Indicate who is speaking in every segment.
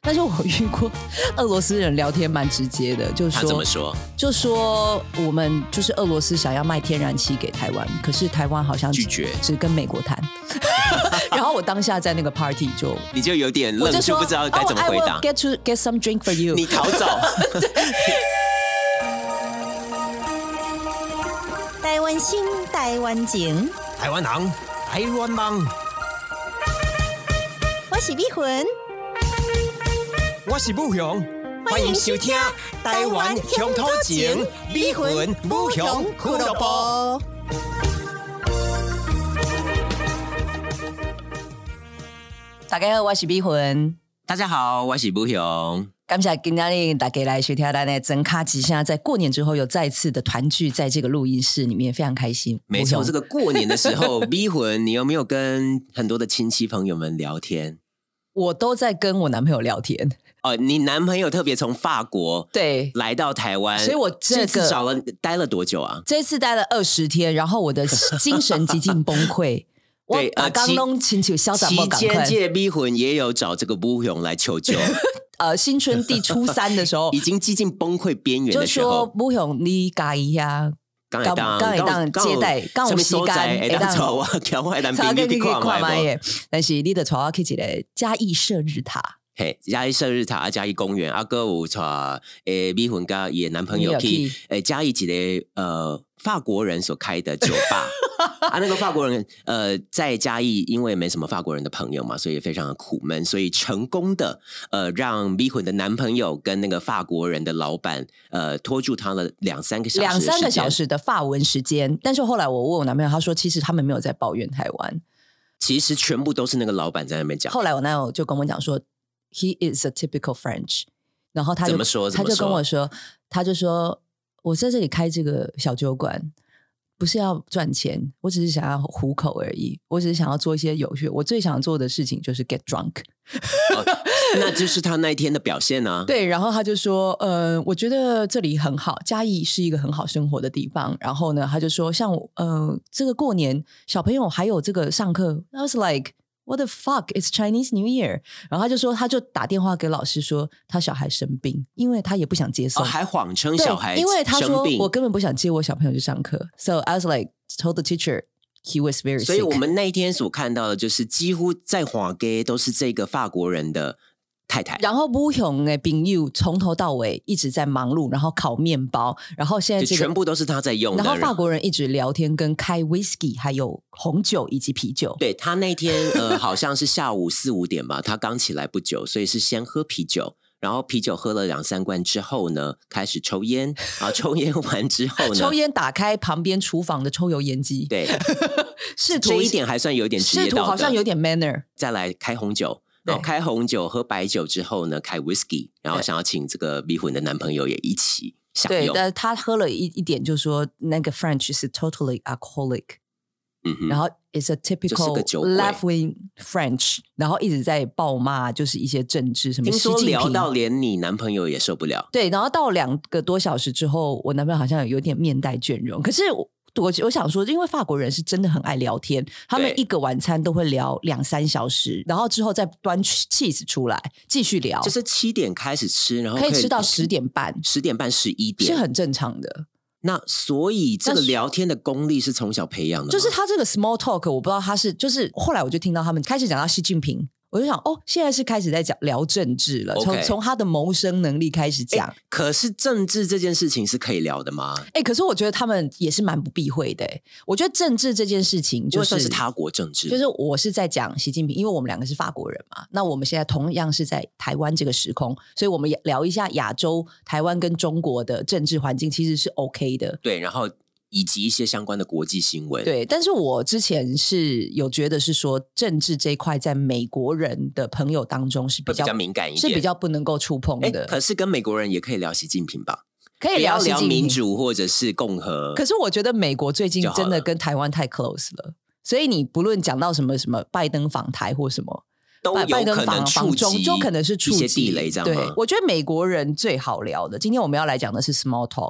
Speaker 1: 但是我遇过俄罗斯人聊天蛮直接的，就是说
Speaker 2: 他怎么说？
Speaker 1: 就说我们就是俄罗斯想要卖天然气给台湾，可是台湾好像
Speaker 2: 拒绝，
Speaker 1: 只跟美国谈。然后我当下在那个 party
Speaker 2: 你就有点愣，就不知道该怎么回答。
Speaker 1: I will get some drink for you。
Speaker 2: 你逃走。
Speaker 1: 台湾心，台湾情，
Speaker 2: 台湾人，台湾梦。
Speaker 1: 我是美魂，
Speaker 2: 我是武雄，欢迎收听《台湾乡土情》美魂武雄俱乐部。
Speaker 1: 大家好，我是美魂。
Speaker 2: 大家好，我是武雄。
Speaker 1: 感谢今天大家来收听咱的真卡吉，现在在过年之后有再次的团聚在这个录音室里面，非常开心。
Speaker 2: 没错，这个过年的时候美魂你有没有跟很多的亲戚朋友们聊天？
Speaker 1: 我都在跟我男朋友聊天。
Speaker 2: 哦，你男朋友特别从法国
Speaker 1: 对
Speaker 2: 来到台湾，
Speaker 1: 所以我这
Speaker 2: 次待了多久啊？
Speaker 1: 这次待了20天，然后我的精神极尽崩溃。
Speaker 2: 对，
Speaker 1: 刚弄清楚校长，
Speaker 2: 期间这美魂也有找这个武雄来求救。
Speaker 1: 新春第初3的时候，
Speaker 2: 已经接近崩溃边缘的时候，
Speaker 1: 就说武雄你加一下。刚会当接待，刚有时间会当
Speaker 2: 找我，叫我来朋友去看卖耶。
Speaker 1: 但是你得带我去一个嘉义射日塔，
Speaker 2: 嘿，嘉义射日塔、嘉义公园，还有带美魂跟伊的男朋友去嘉义一个法国人所开的酒吧。那个法国人在嘉义因为没什么法国人的朋友嘛，所以非常的苦闷，所以成功的让美魂的男朋友跟那个法国人的老板拖住他了2-3个小时
Speaker 1: 2-3个小时的法文时间。但是后来我问我男朋友，他说其实他们没有在抱怨台湾，
Speaker 2: 其实全部都是那个老板在那边讲。
Speaker 1: 后来我男友就跟我讲说 He is a typical French， 然后他就跟我说，他就说我在这里开这个小酒馆不是要赚钱，我只是想要糊口而已，我只是想要做一些有趣，我最想做的事情就是 get drunk。
Speaker 2: 那就是他那一天的表现啊。
Speaker 1: 对，然后他就说我觉得这里很好，嘉义是一个很好生活的地方。然后呢他就说像这个过年小朋友还有这个上课， I was like What the fuck? It's Chinese New Year. 然后他就说，他就打电话给老师说，他小孩生病，因为他也不想接送，
Speaker 2: 还谎称小孩生病，
Speaker 1: 因为他说我根本不想接我小朋友去上课。So I was like, told the teacher he was very sick.
Speaker 2: 所以我们那一天所看到的就是几乎在华街都是这个法国人的太太，
Speaker 1: 然后武雄的朋友从头到尾一直在忙碌，然后烤面包，然后现在
Speaker 2: 就全部都是他在用的。
Speaker 1: 然后法国人一直聊天，跟开 whisky， 还有红酒以及啤酒。
Speaker 2: 对，他那天好像是下午4-5点吧，他刚起来不久，所以是先喝啤酒，然后啤酒喝了2-3罐之后呢，开始抽烟啊，抽烟完之后呢，
Speaker 1: 抽烟打开旁边厨房的抽油烟机，
Speaker 2: 对，这一点还算有点职业道德，
Speaker 1: 试图好像有点 manner。
Speaker 2: 再来开红酒。然后开红酒喝白酒之后呢，开 whisky， 然后想要请这个美魂的男朋友也一起享用。
Speaker 1: 对，但他喝了一点，就说那个 French 是 totally alcoholic，然后 it's a typical left wing French， 然后一直在爆骂，就是一些政治什么。
Speaker 2: 听说聊到连你男朋友也受不了。
Speaker 1: 对，然后到2个多小时之后，我男朋友好像有点面带倦容，可是我想说，因为法国人是真的很爱聊天，他们一个晚餐都会聊2-3小时，然后之后再端 cheese 出来继续聊，
Speaker 2: 就是7点开始吃，然后
Speaker 1: 可以吃到10点半、
Speaker 2: 11点，
Speaker 1: 是很正常的。
Speaker 2: 那所以这个聊天的功力是从小培养的吗？
Speaker 1: 就是他这个 small talk， 我不知道他是，就是后来我就听到他们开始讲到习近平。我就想现在是开始在聊政治了，从他的谋生能力开始讲。
Speaker 2: 可是政治这件事情是可以聊的吗？
Speaker 1: 可是我觉得他们也是蛮不避讳的。我觉得政治这件事情就是
Speaker 2: 算是他国政治，
Speaker 1: 就是我是在讲习近平，因为我们2个是法国人嘛，那我们现在同样是在台湾这个时空，所以我们也聊一下亚洲台湾跟中国的政治环境其实是 OK 的。
Speaker 2: 对，然后以及一些相关的国际新闻。
Speaker 1: 对，但是我之前是有觉得是说政治这一块在美国人的朋友当中是比较
Speaker 2: 敏感一点，
Speaker 1: 是比较不能够触碰的。
Speaker 2: 可是跟美国人也可以聊习近平吧？
Speaker 1: 可以聊习近平，
Speaker 2: 聊民主或者是共和。
Speaker 1: 可是我觉得美国最近真的跟台湾太 close 了，所以你不论讲到什么拜登访台或什么，
Speaker 2: 都有可能触及
Speaker 1: 就可能是触及
Speaker 2: 一些地雷，这样吗？
Speaker 1: 对，我觉得美国人最好聊的。今天我们要来讲的是 small talk。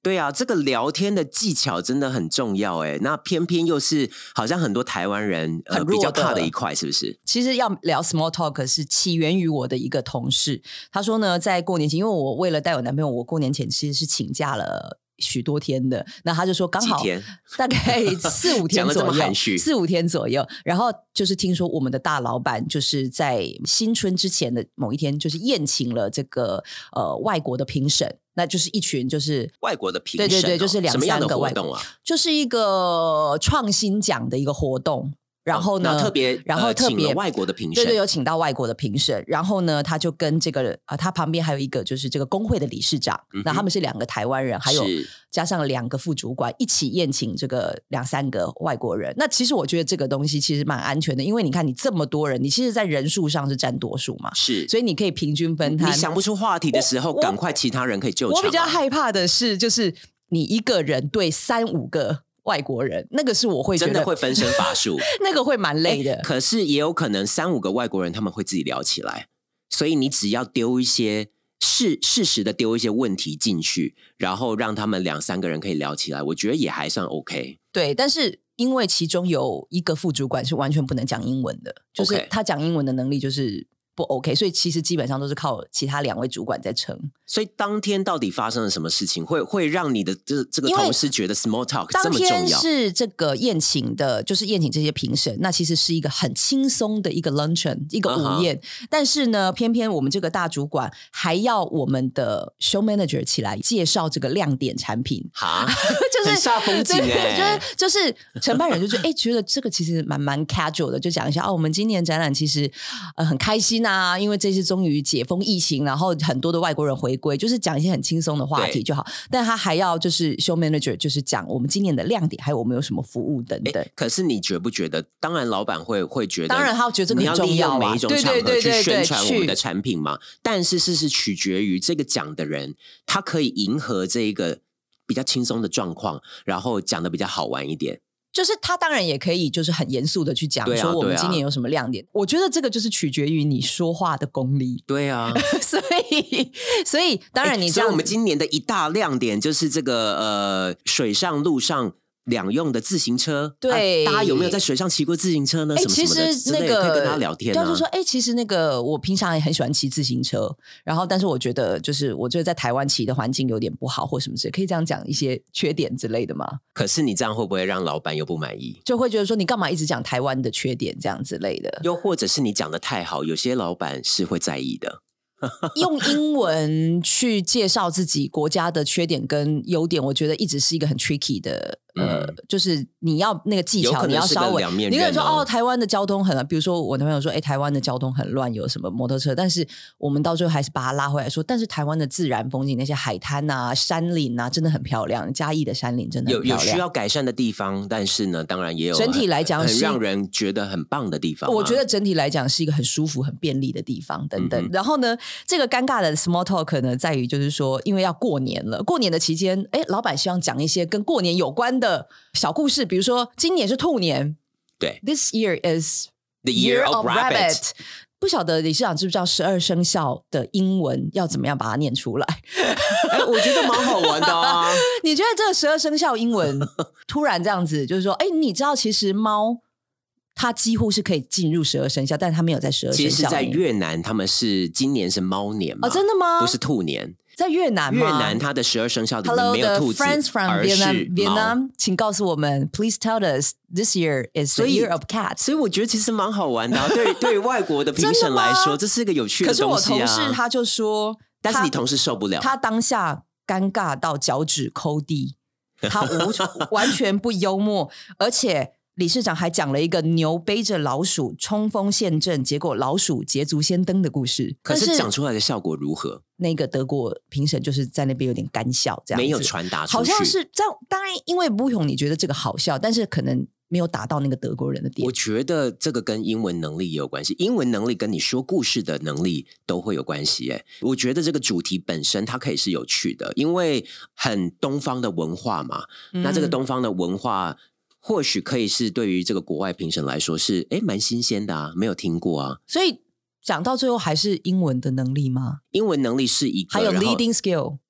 Speaker 2: 对啊，这个聊天的技巧真的很重要哎。那偏偏又是好像很多台湾人比较怕的一块，是不是？
Speaker 1: 其实要聊 small talk 是起源于我的一个同事，他说呢，在过年前，因为我为了带我男朋友，我过年前其实是请假了许多天的，那他就说刚好大概4-5天左右，4-5天左右。然后就是听说我们的大老板就是在新春之前的某一天，就是宴请了这个外国的评审，那就是一群就是
Speaker 2: 外国的评审，
Speaker 1: 对对对，就是2-3个
Speaker 2: 什么样的活动啊？
Speaker 1: 就是一个创新奖的一个活动。然后呢，
Speaker 2: 特别请了外国的评审，
Speaker 1: 对对，有请到外国的评审。然后呢，他就跟这个他旁边还有一个就是这个工会的理事长，那他们是2个台湾人，还有加上2个副主管一起宴请这个2-3个外国人。那其实我觉得这个东西其实蛮安全的，因为你看你这么多人，你其实在人数上是占多数嘛，
Speaker 2: 是，
Speaker 1: 所以你可以平均分摊。
Speaker 2: 你想不出话题的时候，赶快其他人可以救场。
Speaker 1: 我比较害怕的是，就是你一个人对3-5个外国人，那个是我会觉得
Speaker 2: 真的会分身乏术
Speaker 1: 那个会蛮累的。
Speaker 2: 可是也有可能3-5个外国人他们会自己聊起来，所以你只要丢一些适时的丢一些问题进去，然后让他们2-3个人可以聊起来，我觉得也还算 OK。
Speaker 1: 对，但是因为其中有一个副主管是完全不能讲英文的，就是他讲英文的能力就是不 OK， 所以其实基本上都是靠其他2位主管在撑。
Speaker 2: 所以当天到底发生了什么事情，会让你的这个同事觉得 small talk 这么重要？
Speaker 1: 当天是这个宴请的，就是宴请这些评审，那其实是一个很轻松的一个 luncheon， 一个午宴。但是呢，偏偏我们这个大主管还要我们的 show manager 起来介绍这个亮点产品，就是
Speaker 2: 很煞风景
Speaker 1: 就是承办人就觉得觉得这个其实蛮 casual 的，就讲一下我们今年展览其实很开心啊，因为这次终于解封疫情，然后很多的外国人回归，就是讲一些很轻松的话题就好。但他还要就是 show manager 就是讲我们今年的亮点，还有我们有什么服务等等。
Speaker 2: 可是你觉不觉得？当然，老板会觉得，
Speaker 1: 当然他觉得这个很重要啊，
Speaker 2: 你要利用每一种场合去宣传我们的产品嘛。但是是取决于这个讲的人，他可以迎合这一个比较轻松的状况，然后讲的比较好玩一点。
Speaker 1: 就是他当然也可以就是很严肃的去讲说我们今年有什么亮点，我觉得这个就是取决于你说话的功力。
Speaker 2: 对啊
Speaker 1: 所以当然你这样，
Speaker 2: 所以我们今年的一大亮点就是这个水上陆上两用的自行车。
Speaker 1: 对，
Speaker 2: 大家有没有在水上骑过自行车呢？什么什么的，
Speaker 1: 其实那个
Speaker 2: 可以跟他聊天啊。
Speaker 1: 就是说其实那个我平常也很喜欢骑自行车，然后但是我觉得在台湾骑的环境有点不好或什么之类，可以这样讲一些缺点之类的吗？
Speaker 2: 可是你这样会不会让老板又不满意？
Speaker 1: 就会觉得说你干嘛一直讲台湾的缺点这样之类的。
Speaker 2: 又或者是你讲的太好，有些老板是会在意的。
Speaker 1: 用英文去介绍自己国家的缺点跟优点，我觉得一直是一个很 tricky 的就是你要那个技巧，你要稍微你可能说台湾的交通很，比如说我男朋友说台湾的交通很乱，有什么摩托车，但是我们到最后还是把他拉回来说，但是台湾的自然风景，那些海滩啊山林啊真的很漂亮，嘉义的山林真的很漂亮，
Speaker 2: 有需要改善的地方，但是呢当然也有
Speaker 1: 整体来讲
Speaker 2: 很让人觉得很棒的地方。
Speaker 1: 我觉得整体来讲是一个很舒服很便利的地方等等。然后呢这个尴尬的 small talk 呢在于就是说因为要过年了，过年的期间老板希望讲一些跟过年有关的小故事，比如说今年是兔年，
Speaker 2: 对
Speaker 1: This year is
Speaker 2: the year of rabbit。
Speaker 1: 不晓得理事长知不知道12生肖的英文要怎么样把它念出来？
Speaker 2: 我觉得蛮好玩的啊。
Speaker 1: 你觉得这个12生肖英文突然这样子就是说你知道其实猫它几乎是可以进入12生肖，但它没有在12生肖。
Speaker 2: 其实在越南他们是今年是猫年嘛。
Speaker 1: 真的吗？
Speaker 2: 不是兔年。
Speaker 1: 在越南吗？
Speaker 2: 越南它的12生肖里面没有兔子，
Speaker 1: Hello, the friends from
Speaker 2: 而是
Speaker 1: Vietnam 请告诉我们 Please tell us this year is the year of cat。
Speaker 2: 所以我觉得其实蛮好玩的啊。对于外国的评审来说这是一个有趣的东西啊。
Speaker 1: 可是我同事他就说，
Speaker 2: 但是你同事受不了，
Speaker 1: 他当下尴尬到脚趾抠地，他完全不幽默，而且理事长还讲了一个牛背着老鼠冲锋陷阵，结果老鼠捷足先登的故事。
Speaker 2: 可是讲出来的效果如何？
Speaker 1: 那个德国评审就是在那边有点干笑，这样子
Speaker 2: 没有传达出去。
Speaker 1: 好像是这样，当然因为不用你觉得这个好笑，但是可能没有达到那个德国人的点。
Speaker 2: 我觉得这个跟英文能力也有关系，英文能力跟你说故事的能力都会有关系。我觉得这个主题本身它可以是有趣的，因为很东方的文化嘛。那这个东方的文化或许可以是对于这个国外评审来说是蛮新鲜的啊，没有听过啊。
Speaker 1: 所以讲到最后还是英文的能力吗？
Speaker 2: 英文能力是一个，
Speaker 1: 还有 leading skill。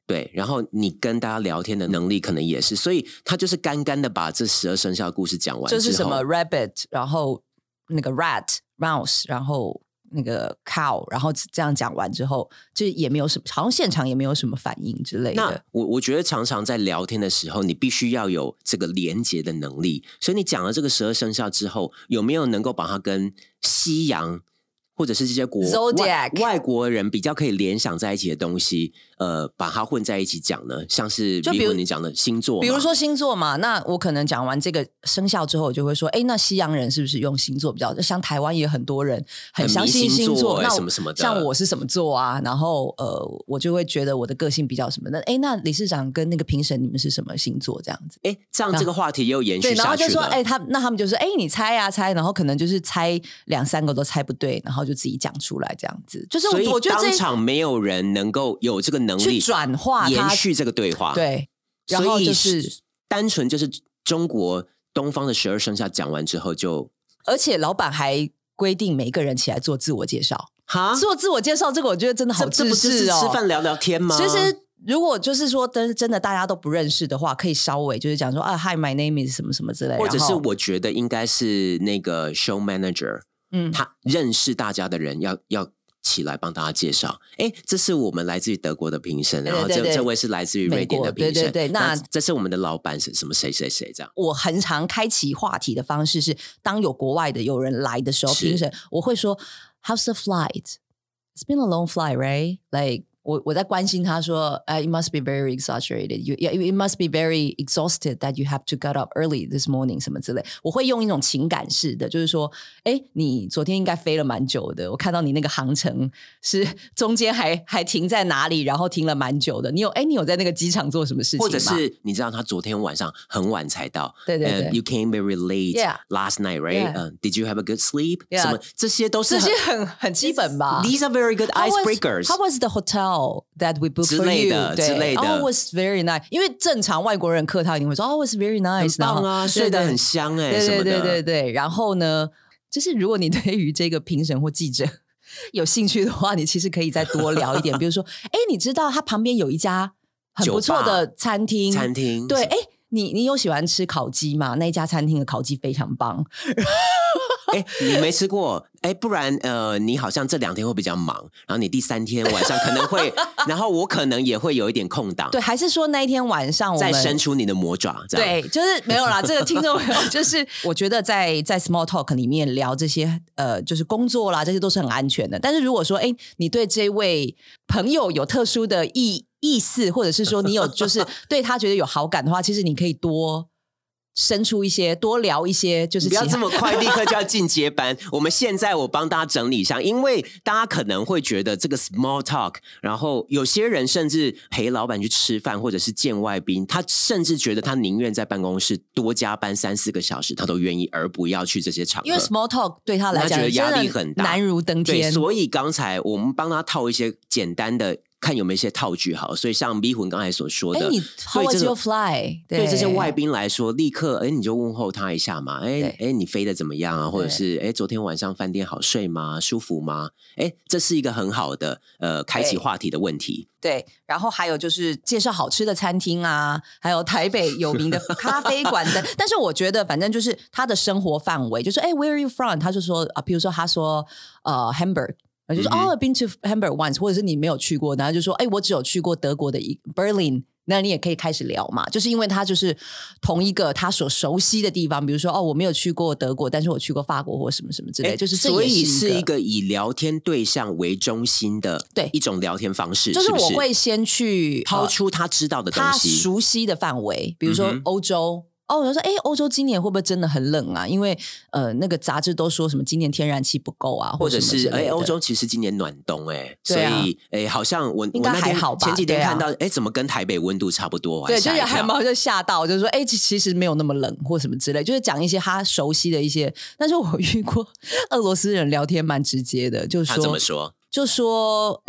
Speaker 2: 对，然后你跟大家聊天的能力可能也是，所以他就是干干的把这12生肖的故事讲完之后，
Speaker 1: 就是什么 rabbit， 然后那个 rat mouse， 然后那个 cow， 然后这样讲完之后，就也没有什么，好像现场也没有什么反应之类的。
Speaker 2: 那我觉得常常在聊天的时候，你必须要有这个连结的能力。所以你讲了这个12生肖之后，有没有能够把它跟西洋或者是这些外国人比较可以联想在一起的东西，把它混在一起讲呢？像是比如你讲的星座，
Speaker 1: 比如说星座嘛，那我可能讲完这个生肖之后，我就会说，哎，那西洋人是不是用星座比较？像台湾也很多人很相信星座，
Speaker 2: 那什么什么的。
Speaker 1: 像我是什么座啊？然后我就会觉得我的个性比较什么的。哎，那理事长跟那个评审你们是什么星座？这样子，
Speaker 2: 哎，这样这个话题又延续下去了。
Speaker 1: 对，然后就说，哎，他们就说，哎，你猜啊猜，然后可能就是猜2-3个都猜不对，然后就自己讲出来这样子。就是我觉得
Speaker 2: 当场没有人能够有这个能力
Speaker 1: 去转化
Speaker 2: 延续这个对话。
Speaker 1: 对，然后就是
Speaker 2: 单纯就是中国东方的12生肖讲完之后就，
Speaker 1: 而且老板还规定每个人起来做自我介绍。
Speaker 2: 哈，
Speaker 1: 做自我介绍这个我觉得真的好制式哦。
Speaker 2: 这不就是吃饭聊聊天吗？
Speaker 1: 其实如果就是说真的大家都不认识的话，可以稍微就是讲说啊 ，Hi, my name is 什么什么之类的，
Speaker 2: 或者是我觉得应该是那个 show manager，他认识大家的人要起来帮大家介绍。哎，这是我们来自于德国的评审，然后这位是来自于瑞典的评审，对，那这是我们的老板是什么谁谁谁这样。
Speaker 1: 我很常开启话题的方式是，当有国外的有人来的时候，评审我会说 How's the flight? It's been a long flight, right? Like我在关心他说it must be very exaggerated. It must be very exhausted that you have to get up early this morning 什么之类。我会用一种情感式的，就是说，哎，你昨天应该飞了蛮久的，我看到你那个航程是中间还停在哪里，然后停了蛮久的。你有在那个机场做什么事情吗？
Speaker 2: 或者是你知道他昨天晚上很晚才到，
Speaker 1: 对对对，
Speaker 2: you came very late last night, right? Did you have a good sleep? 什么这些都是
Speaker 1: 很基本吧。
Speaker 2: These are very good icebreakers.
Speaker 1: How was the hotel?That we booked for you
Speaker 2: 之类的
Speaker 1: Oh, was very nice. 因为正常外国人客套一定会说 Oh, was very nice.
Speaker 2: 很棒啊，睡得很香哎，
Speaker 1: 对对对对。然后呢，就是如果你对于这个评审或记者有兴趣的话，你其实可以再多聊一点。比如说，哎，你知道他旁边有一家很不错的餐厅，对，哎，你有喜欢吃烤鸡吗？那一家餐厅的烤鸡非常棒。
Speaker 2: 哎，你没吃过，哎，不然你好像这2天会比较忙，然后你第3天晚上可能会，然后我可能也会有一点空档，
Speaker 1: 对，还是说那一天晚上我们
Speaker 2: 再伸出你的魔爪，这样
Speaker 1: 对，就是没有啦。这个听众朋友，就是我觉得在 small talk 里面聊这些就是工作啦，这些都是很安全的。但是如果说，哎，你对这位朋友有特殊的意思，或者是说你有就是对他觉得有好感的话，其实你可以多生出一些，多聊一些，就是
Speaker 2: 不要这么快立刻就要进阶班。我们现在我帮大家整理一下，因为大家可能会觉得这个 small talk， 然后有些人甚至陪老板去吃饭或者是见外宾，他甚至觉得他宁愿在办公室多加班3-4个小时，他都愿意，而不要去这些场合。
Speaker 1: 因为 small talk 对他来讲
Speaker 2: 他觉得压力很大，
Speaker 1: 难如登天。
Speaker 2: 对，所以刚才我们帮他套一些简单的。看有没有一些套句好，所以像迷魂刚才所说的，
Speaker 1: 你 How was your fly？
Speaker 2: 对这些外宾来说，立刻你就问候他一下嘛，你飞得怎么样啊？或者是昨天晚上饭店好睡吗？舒服吗？这是一个很好的开启话题的问题。
Speaker 1: 对，然后还有就是介绍好吃的餐厅啊，还有台北有名的咖啡馆的。但是我觉得，反正就是他的生活范围，就是Where are you from？ 他就说比如说他说Hamburg。就说I've been to Hamburg once， 或者是你没有去过，然后就说我只有去过德国的Berlin， 那你也可以开始聊嘛，就是因为他就是同一个他所熟悉的地方，比如说我没有去过德国，但是我去过法国或什么什么之类，就是
Speaker 2: 所以是一个以聊天对象为中心的一种聊天方式，
Speaker 1: 就是我会先去
Speaker 2: 抛出他知道的东西，
Speaker 1: 他熟悉的范围，比如说欧洲。我就说欧洲今年会不会真的很冷啊？因为那个杂志都说什么今年天然气不够啊，
Speaker 2: 或者是欧洲其实今年暖冬所以好像我
Speaker 1: 应该还好吧？
Speaker 2: 前几天看到怎么跟台北温度差不多？
Speaker 1: 对，就是海猫就吓到，就是说其实没有那么冷或什么之类，就是讲一些他熟悉的一些。但是我遇过俄罗斯人聊天蛮直接的，就是说
Speaker 2: 他怎么说？
Speaker 1: 就说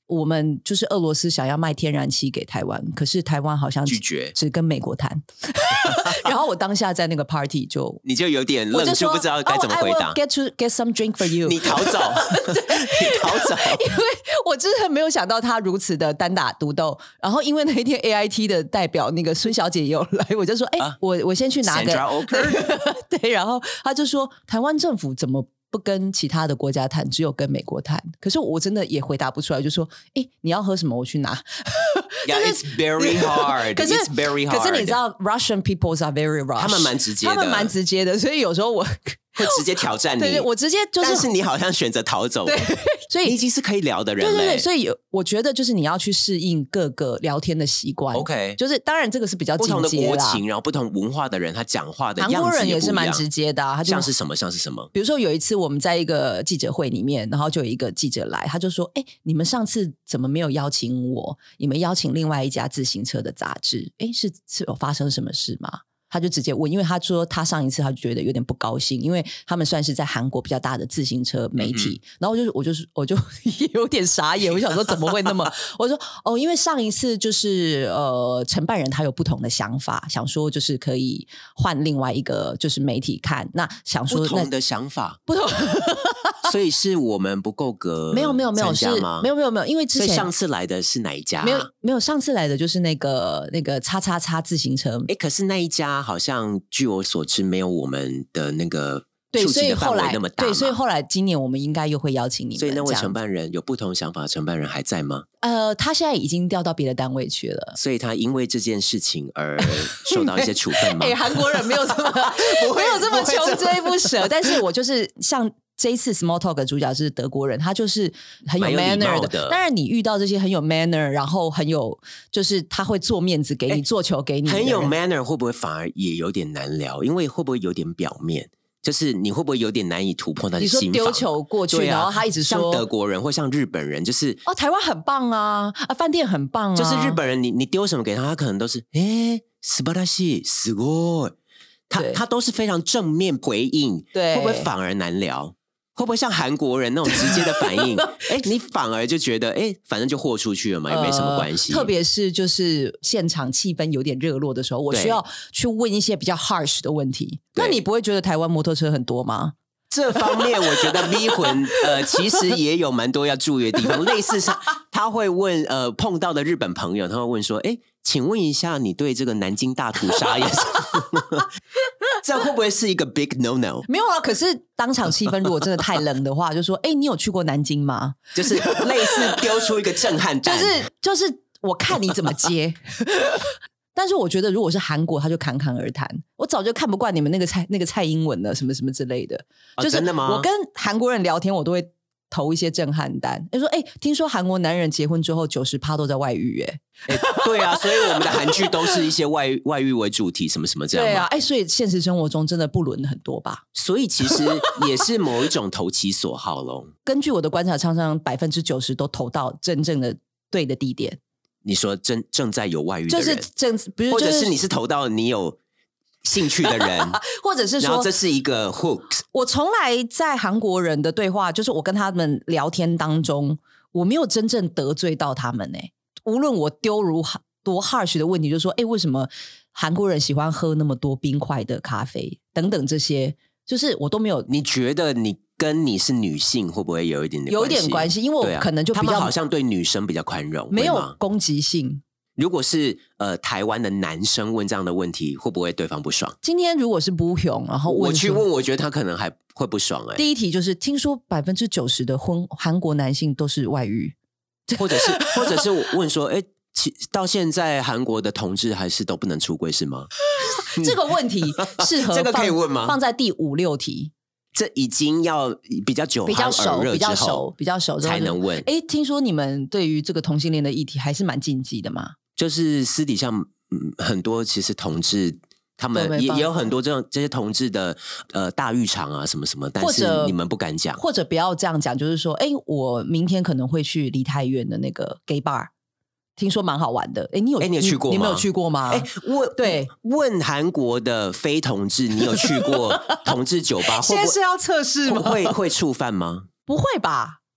Speaker 1: 我们就是俄罗斯想要卖天然气给台湾，可是台湾好像
Speaker 2: 拒绝，
Speaker 1: 只跟美国谈。然后我当下在那个 party
Speaker 2: 你就有点愣住，不知道该怎么回答。
Speaker 1: I will get some drink for you。
Speaker 2: 你逃走，你逃走，
Speaker 1: 因为我真的没有想到他如此的单打独斗。然后因为那一天 AIT 的代表那个孙小姐也有来，我就说，我先去拿个。对，然后他就说，台湾政府怎么不跟其他的国家谈，只有跟美国谈。可是我真的也回答不出来，就说你要喝什么我去拿。
Speaker 2: Yeah, it's very hard. It's very hard.
Speaker 1: 可是你知道 Russian people are very rush，
Speaker 2: 他们蛮直接的，
Speaker 1: 所以有时候我
Speaker 2: 会直接挑战你。
Speaker 1: 对，我直接就是，
Speaker 2: 但是你好像选择逃走，
Speaker 1: 所以
Speaker 2: 你已经是可以聊的人了。
Speaker 1: 对，所以我觉得就是你要去适应各个聊天的习惯。
Speaker 2: OK，
Speaker 1: 就是当然这个是比较
Speaker 2: 不同的国情，然后不同文化的人，他讲话的样子也不一样。韩国人也
Speaker 1: 是蛮直接的他就
Speaker 2: 像是什么？
Speaker 1: 比如说有一次我们在一个记者会里面，然后就有一个记者来，他就说：“你们上次怎么没有邀请我？你们邀请另外一家自行车的杂志，是有发生什么事吗？”他就直接问，因为他说他上一次他就觉得有点不高兴，因为他们算是在韩国比较大的自行车媒体，然后我就有点傻眼，我想说怎么会那么？我说因为上一次就是承办人他有不同的想法，想说就是可以换另外一个就是媒体看，那想说
Speaker 2: 不同的想法
Speaker 1: 不同。
Speaker 2: 所以是我们不够格
Speaker 1: 没有
Speaker 2: 是吗？
Speaker 1: 没有，因为之前
Speaker 2: 所以上次来的是哪一家？
Speaker 1: 没有，上次来的就是那个XXX自行车。
Speaker 2: 可是那一家好像据我所知没有我们的那个触及的范围那么大。
Speaker 1: 对，所以后来今年我们应该又会邀请你们。
Speaker 2: 所以那位承办人有不同想法的承办人还在吗？
Speaker 1: 他现在已经调到别的单位去了。
Speaker 2: 所以他因为这件事情而受到一些处分吗？
Speaker 1: 韩国人没有这么没有这么穷追不舍，但是我就是像。这一次 Small Talk 的主角是德国人，他就是很有 manner 的。当然，你遇到这些很有 manner， 然后很有就是他会做面子给你，做球给你。
Speaker 2: 很有 manner 会不会反而也有点难聊？因为会不会有点表面？就是你会不会有点难以突破他的心防？
Speaker 1: 你说丢球过去，然后他一直说
Speaker 2: 像德国人或像日本人，就是
Speaker 1: 台湾很棒啊，饭店很棒啊。
Speaker 2: 就是日本人，你丢什么给他，他可能都是素晴らしい、すごい。他都是非常正面回应，
Speaker 1: 对，
Speaker 2: 会不会反而难聊？会不会像韩国人那种直接的反应？你反而就觉得反正就豁出去了嘛，也没什么关系。
Speaker 1: 特别是就是现场气氛有点热络的时候，我需要去问一些比较 harsh 的问题。那你不会觉得台湾摩托车很多吗？
Speaker 2: 这方面我觉得 V 魂其实也有蛮多要注意的地方。类似上他会问碰到的日本朋友，他会问说：“请问一下，你对这个南京大屠杀也是？”这会不会是一个 big no no？
Speaker 1: 没有啊，可是当场气氛如果真的太冷的话，就说你有去过南京吗？
Speaker 2: 就是类似丢出一个震撼弹，
Speaker 1: 就是我看你怎么接。但是我觉得如果是韩国，他就侃侃而谈。我早就看不惯你们那个蔡英文了，什么什么之类的。就是
Speaker 2: 真的吗？
Speaker 1: 我跟韩国人聊天，我都会投一些震撼弹。他说：“听说韩国男人结婚之后90%都在外遇。”
Speaker 2: 对啊，所以我们的韩剧都是一些外遇为主题，什么什么这样。
Speaker 1: 对啊，所以现实生活中真的不伦很多吧？
Speaker 2: 所以其实也是某一种投其所好咯。
Speaker 1: 根据我的观察，常常90%都投到真正的对的地点。
Speaker 2: 你说正在有外遇的人，
Speaker 1: 比如
Speaker 2: 或者是你是投到你有兴趣的人，
Speaker 1: 或者是说
Speaker 2: 然后这是一个 hook。
Speaker 1: 我从来在韩国人的对话，就是我跟他们聊天当中，我没有真正得罪到他们。无论我丢如多 harsh 的问题，就是说为什么韩国人喜欢喝那么多冰块的咖啡等等这些，就是我都没有。
Speaker 2: 你觉得你跟你是女性会不会有一点
Speaker 1: 有点关系？因为我可能就比较
Speaker 2: 他们好像对女生比较宽容，
Speaker 1: 没有攻击性。
Speaker 2: 如果是台湾的男生问这样的问题，会不会对方不爽？
Speaker 1: 今天如果是不雄，然后
Speaker 2: 我去问，我觉得他可能还会不爽。
Speaker 1: 第一题就是听说90%的韩国男性都是外遇，
Speaker 2: 或者是我问说，到现在韩国的同志还是都不能出柜是吗？
Speaker 1: 这个问题适合
Speaker 2: 这个可以问吗？
Speaker 1: 放在第5、6题。
Speaker 2: 这已经要比较久、
Speaker 1: 比较熟
Speaker 2: 才能问。
Speaker 1: 听说你们对于这个同性恋的议题还是蛮禁忌的嘛？
Speaker 2: 就是私底下很多其实同志他们也有很多这些同志的大浴场啊什么什么，但是你们不敢讲，
Speaker 1: 或者不要这样讲，就是说我明天可能会去梨泰院的那个 gay bar， 听说蛮好玩的。你有去过吗？你没有去过吗？
Speaker 2: 问韩国的非同志，你有去过同志酒吧？
Speaker 1: 现在是要测试吗？
Speaker 2: 会触犯吗？
Speaker 1: 不会吧？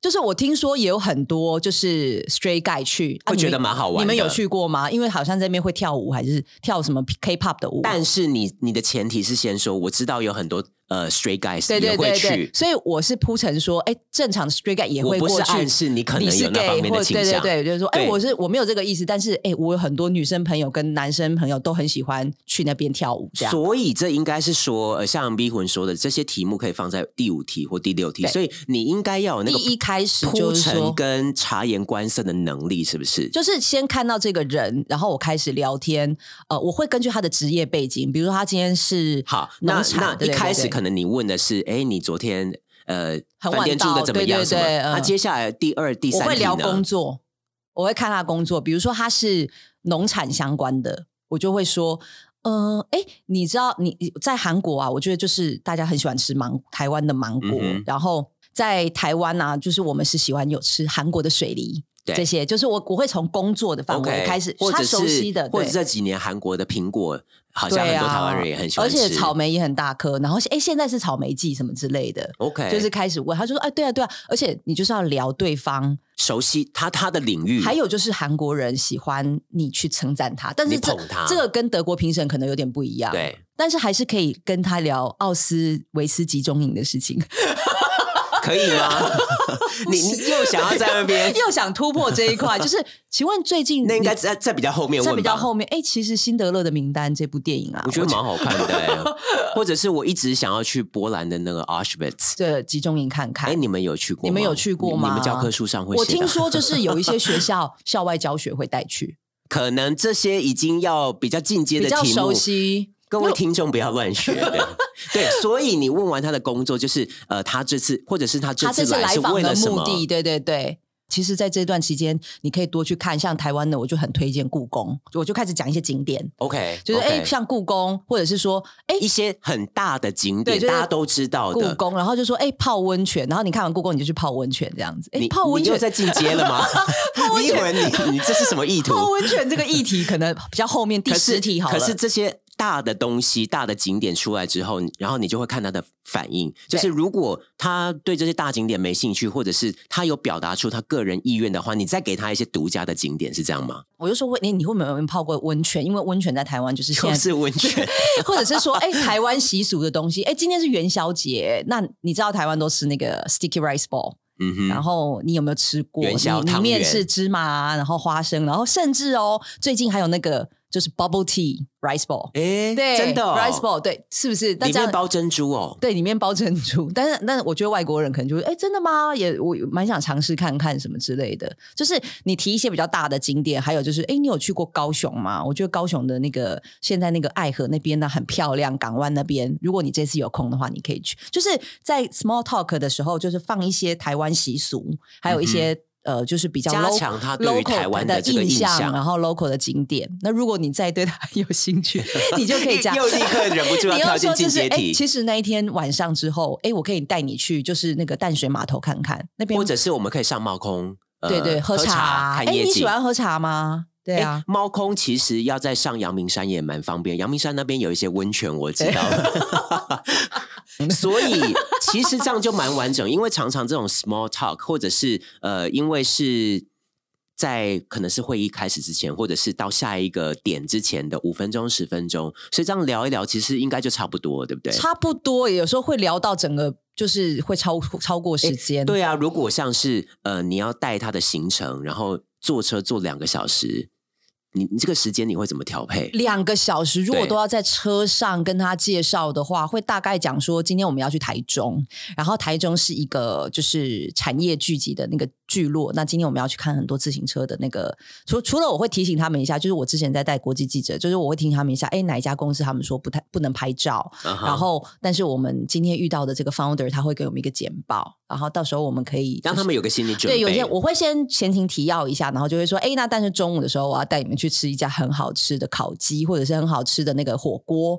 Speaker 1: 就是我听说也有很多就是 straight guy 去，
Speaker 2: 会觉得蛮好玩的。
Speaker 1: 你们有去过吗？因为好像在那边会跳舞，还是跳什么 K-pop 的舞。
Speaker 2: 但是你的前提是先说，我知道有很多straight guys 也会去，
Speaker 1: 所以我是铺陈说，正常的 straight guy 也会过去。
Speaker 2: 我不是暗示你可能有那方面的倾向，
Speaker 1: 对，就是说，我没有这个意思，但是我有很多女生朋友跟男生朋友都很喜欢去那边跳舞，这样。
Speaker 2: 所以这应该是说，像 B 魂说的，这些题目可以放在第5题或第6题，所以你应该要有那个
Speaker 1: 第一开始
Speaker 2: 铺陈跟察言观色的能力，是不是？
Speaker 1: 就是先看到这个人，然后我开始聊天，我会根据他的职业背景，比如说他今天是
Speaker 2: 好，那一开始可能你问的是，你昨天饭店住的怎么样？什么？那接下来第2、第3题呢？
Speaker 1: 我会聊工作，我会看他工作，比如说他是农产相关的，我就会说，你知道你在韩国啊，我觉得就是大家很喜欢吃台湾的芒果，然后在台湾啊，就是我们是喜欢有吃韩国的水梨。这些就是我会从工作的范围开始，他熟悉的，
Speaker 2: 或者这几年韩国的苹果，好像很多台湾人也很喜欢吃，
Speaker 1: 而且草莓也很大颗。然后现在是草莓季什么之类的
Speaker 2: ，OK，
Speaker 1: 就是开始问，他就说，对啊，而且你就是要聊对方
Speaker 2: 熟悉他的领域，
Speaker 1: 还有就是韩国人喜欢你去称赞他，但是这个跟德国评审可能有点不一样，
Speaker 2: 对，
Speaker 1: 但是还是可以跟他聊奥斯维斯集中营的事情。
Speaker 2: 可以吗？你又想要在那边
Speaker 1: 又想突破这一块，就是请问最近
Speaker 2: 那应该在比较后面问吧，
Speaker 1: 在比较后面。其实辛德勒的名单这部电影啊，
Speaker 2: 我觉得蛮好看的或者是我一直想要去波兰的那个 Auschwitz
Speaker 1: 的集中营看看。
Speaker 2: 你们有去过吗？
Speaker 1: 你们有去过吗？
Speaker 2: 你们教科书上会写
Speaker 1: 我听说就是有一些学校校外教学会带去，
Speaker 2: 可能这些已经要比较进阶的题目，
Speaker 1: 比较熟悉。
Speaker 2: 各位听众不要乱学对，所以你问完他的工作，就是他这次或者是他这次来是为了什么？
Speaker 1: 对。其实在这段期间你可以多去看，像台湾的我就很推荐故宫，我就开始讲一些景点
Speaker 2: OK
Speaker 1: 就是像故宫，或者是说
Speaker 2: 一些很大的景点、大家都知道的
Speaker 1: 故宫，然后就说泡温泉，然后你看完故宫你就去泡温泉这样子。泡温泉
Speaker 2: 你又在进阶了吗？你以为你这是什么意图？
Speaker 1: 泡温泉这个议题可能比较后面第10题好了。
Speaker 2: 可是这些大的东西、大的景点出来之后，然后你就会看他的反应。就是如果他对这些大景点没兴趣，或者是他有表达出他个人意愿的话，你再给他一些独家的景点，是这样吗？
Speaker 1: 我就说你会没有泡过温泉？因为温泉在台湾就是现在
Speaker 2: 是温泉，
Speaker 1: 或者是说台湾习俗的东西。今天是元宵节，那你知道台湾都吃那个 sticky rice ball。然后你有没有吃过
Speaker 2: 元宵
Speaker 1: 里面是芝麻，然后花生，然后甚至最近还有那个就是 bubble tea rice ball，
Speaker 2: 对，真的
Speaker 1: rice ball， 对，是不是？
Speaker 2: 里面包珍珠
Speaker 1: 对，里面包珍珠。但是我觉得外国人可能就会真的吗？我蛮想尝试看看什么之类的。就是你提一些比较大的景点，还有就是你有去过高雄吗？我觉得高雄的那个现在那个爱河那边呢很漂亮，港湾那边，如果你这次有空的话，你可以去。就是在 small talk 的时候，就是放一些台湾习俗，还有一些。就是比较
Speaker 2: 加强他对于台湾的这个印象，
Speaker 1: 然后 local 的景点。那如果你再对他有兴趣，你就可以
Speaker 2: 又立刻忍不住要跳进进阶题。
Speaker 1: 其实那一天晚上之后，我可以带你去，就是那个淡水码头看看那边，
Speaker 2: 或者是我们可以上猫空，
Speaker 1: 对，喝茶，
Speaker 2: 看夜景。
Speaker 1: 你喜欢喝茶吗？对啊，
Speaker 2: 猫空其实要再上阳明山也蛮方便，阳明山那边有一些温泉，我知道。所以其实这样就蛮完整，因为常常这种 small talk 或者是因为是在可能是会议开始之前，或者是到下一个点之前的5分钟10分钟，所以这样聊一聊其实应该就差不多，对不对？
Speaker 1: 差不多，有时候会聊到整个就是会超过时间。
Speaker 2: 对啊，如果像是你要带他的行程，然后坐车坐2个小时，你这个时间你会怎么调配
Speaker 1: ？2个小时如果都要在车上跟他介绍的话，会大概讲说今天我们要去台中，然后台中是一个就是产业聚集的那个聚落，那今天我们要去看很多自行车的那个，除了我会提醒他们一下，就是我之前在带国际记者，就是我会提醒他们一下，哪一家公司他们说不能拍照，然后但是我们今天遇到的这个 founder 他会给我们一个简报，然后到时候我们可以、
Speaker 2: 让他们有个心理准备。
Speaker 1: 对，有些我会先前情提要一下，然后就会说那但是中午的时候我要带你们去吃一家很好吃的烤鸡，或者是很好吃的那个火锅，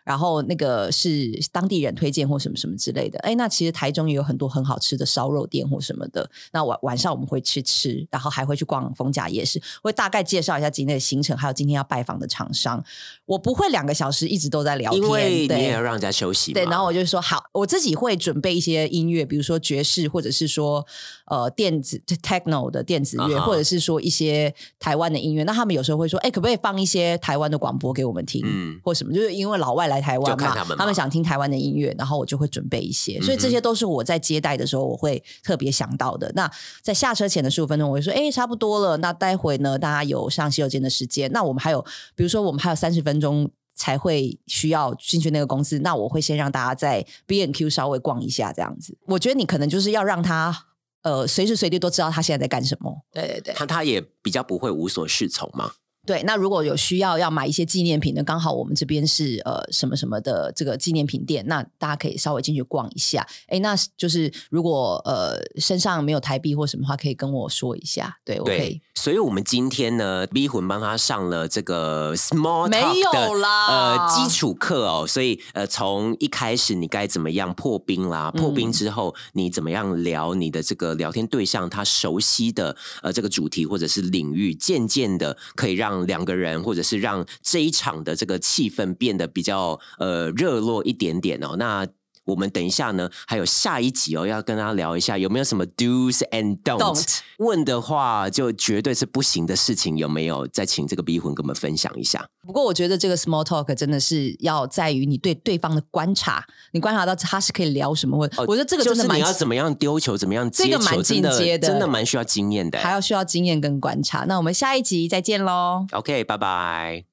Speaker 1: 然后那个是当地人推荐或什么什么之类的。那其实台中也有很多很好吃的烧肉店或什么的，那晚上我们会去吃，然后还会去逛逢甲夜市，会大概介绍一下今天的行程，还有今天要拜访的厂商。我不会2个小时一直都在聊天，
Speaker 2: 因为你也要让人家休息嘛。
Speaker 1: 对，然后我就说好，我自己会准备一些音乐，比如说爵士，或者是说电子 techno 的电子乐，或者是说一些台湾的音乐。那他们有时候会说，可不可以放一些台湾的广播给我们听，或什么？就是因为老外来台湾嘛，他们想听台湾的音乐，然后我就会准备一些。所以这些都是我在接待的时候我会特别想到的。那在下车前的15分钟，我会说，差不多了。那待会呢，大家有上洗手间的时间，那我们还有，比如说我们还有30分钟才会需要进去那个公司，那我会先让大家在 B&Q 稍微逛一下这样子。我觉得你可能就是要让他随时随地都知道他现在在干什么。对对对，
Speaker 2: 他也比较不会无所适从嘛。
Speaker 1: 对，那如果有需要买一些纪念品的，刚好我们这边是什么什么的这个纪念品店，那大家可以稍微进去逛一下。那就是如果身上没有台币或什么话，可以跟我说一下。对，我可以。
Speaker 2: 所以我们今天呢 ，B 魂帮他上了这个 small talk 的
Speaker 1: 没有啦
Speaker 2: 基础课哦。所以从一开始你该怎么样破冰啦，破冰之后你怎么样聊你的这个聊天对象他熟悉的这个主题或者是领域，渐渐的可以让2个人或者是让这一场的这个气氛变得比较热络一点点哦。那我们等一下呢还有下一集哦，要跟他聊一下有没有什么 do's and don't 问的话就绝对是不行的事情，有没有再请这个 B 魂跟我们分享一下。
Speaker 1: 不过我觉得这个 small talk 真的是要在于你对对方的观察，你观察到他是可以聊什么，我觉得这个真的
Speaker 2: 就是你要怎么样丢球怎么样接球，
Speaker 1: 这个蛮进阶的，
Speaker 2: 真的蛮需要经验的，
Speaker 1: 还要需要经验跟观察。那我们下一集再见咯。
Speaker 2: OK， 拜拜。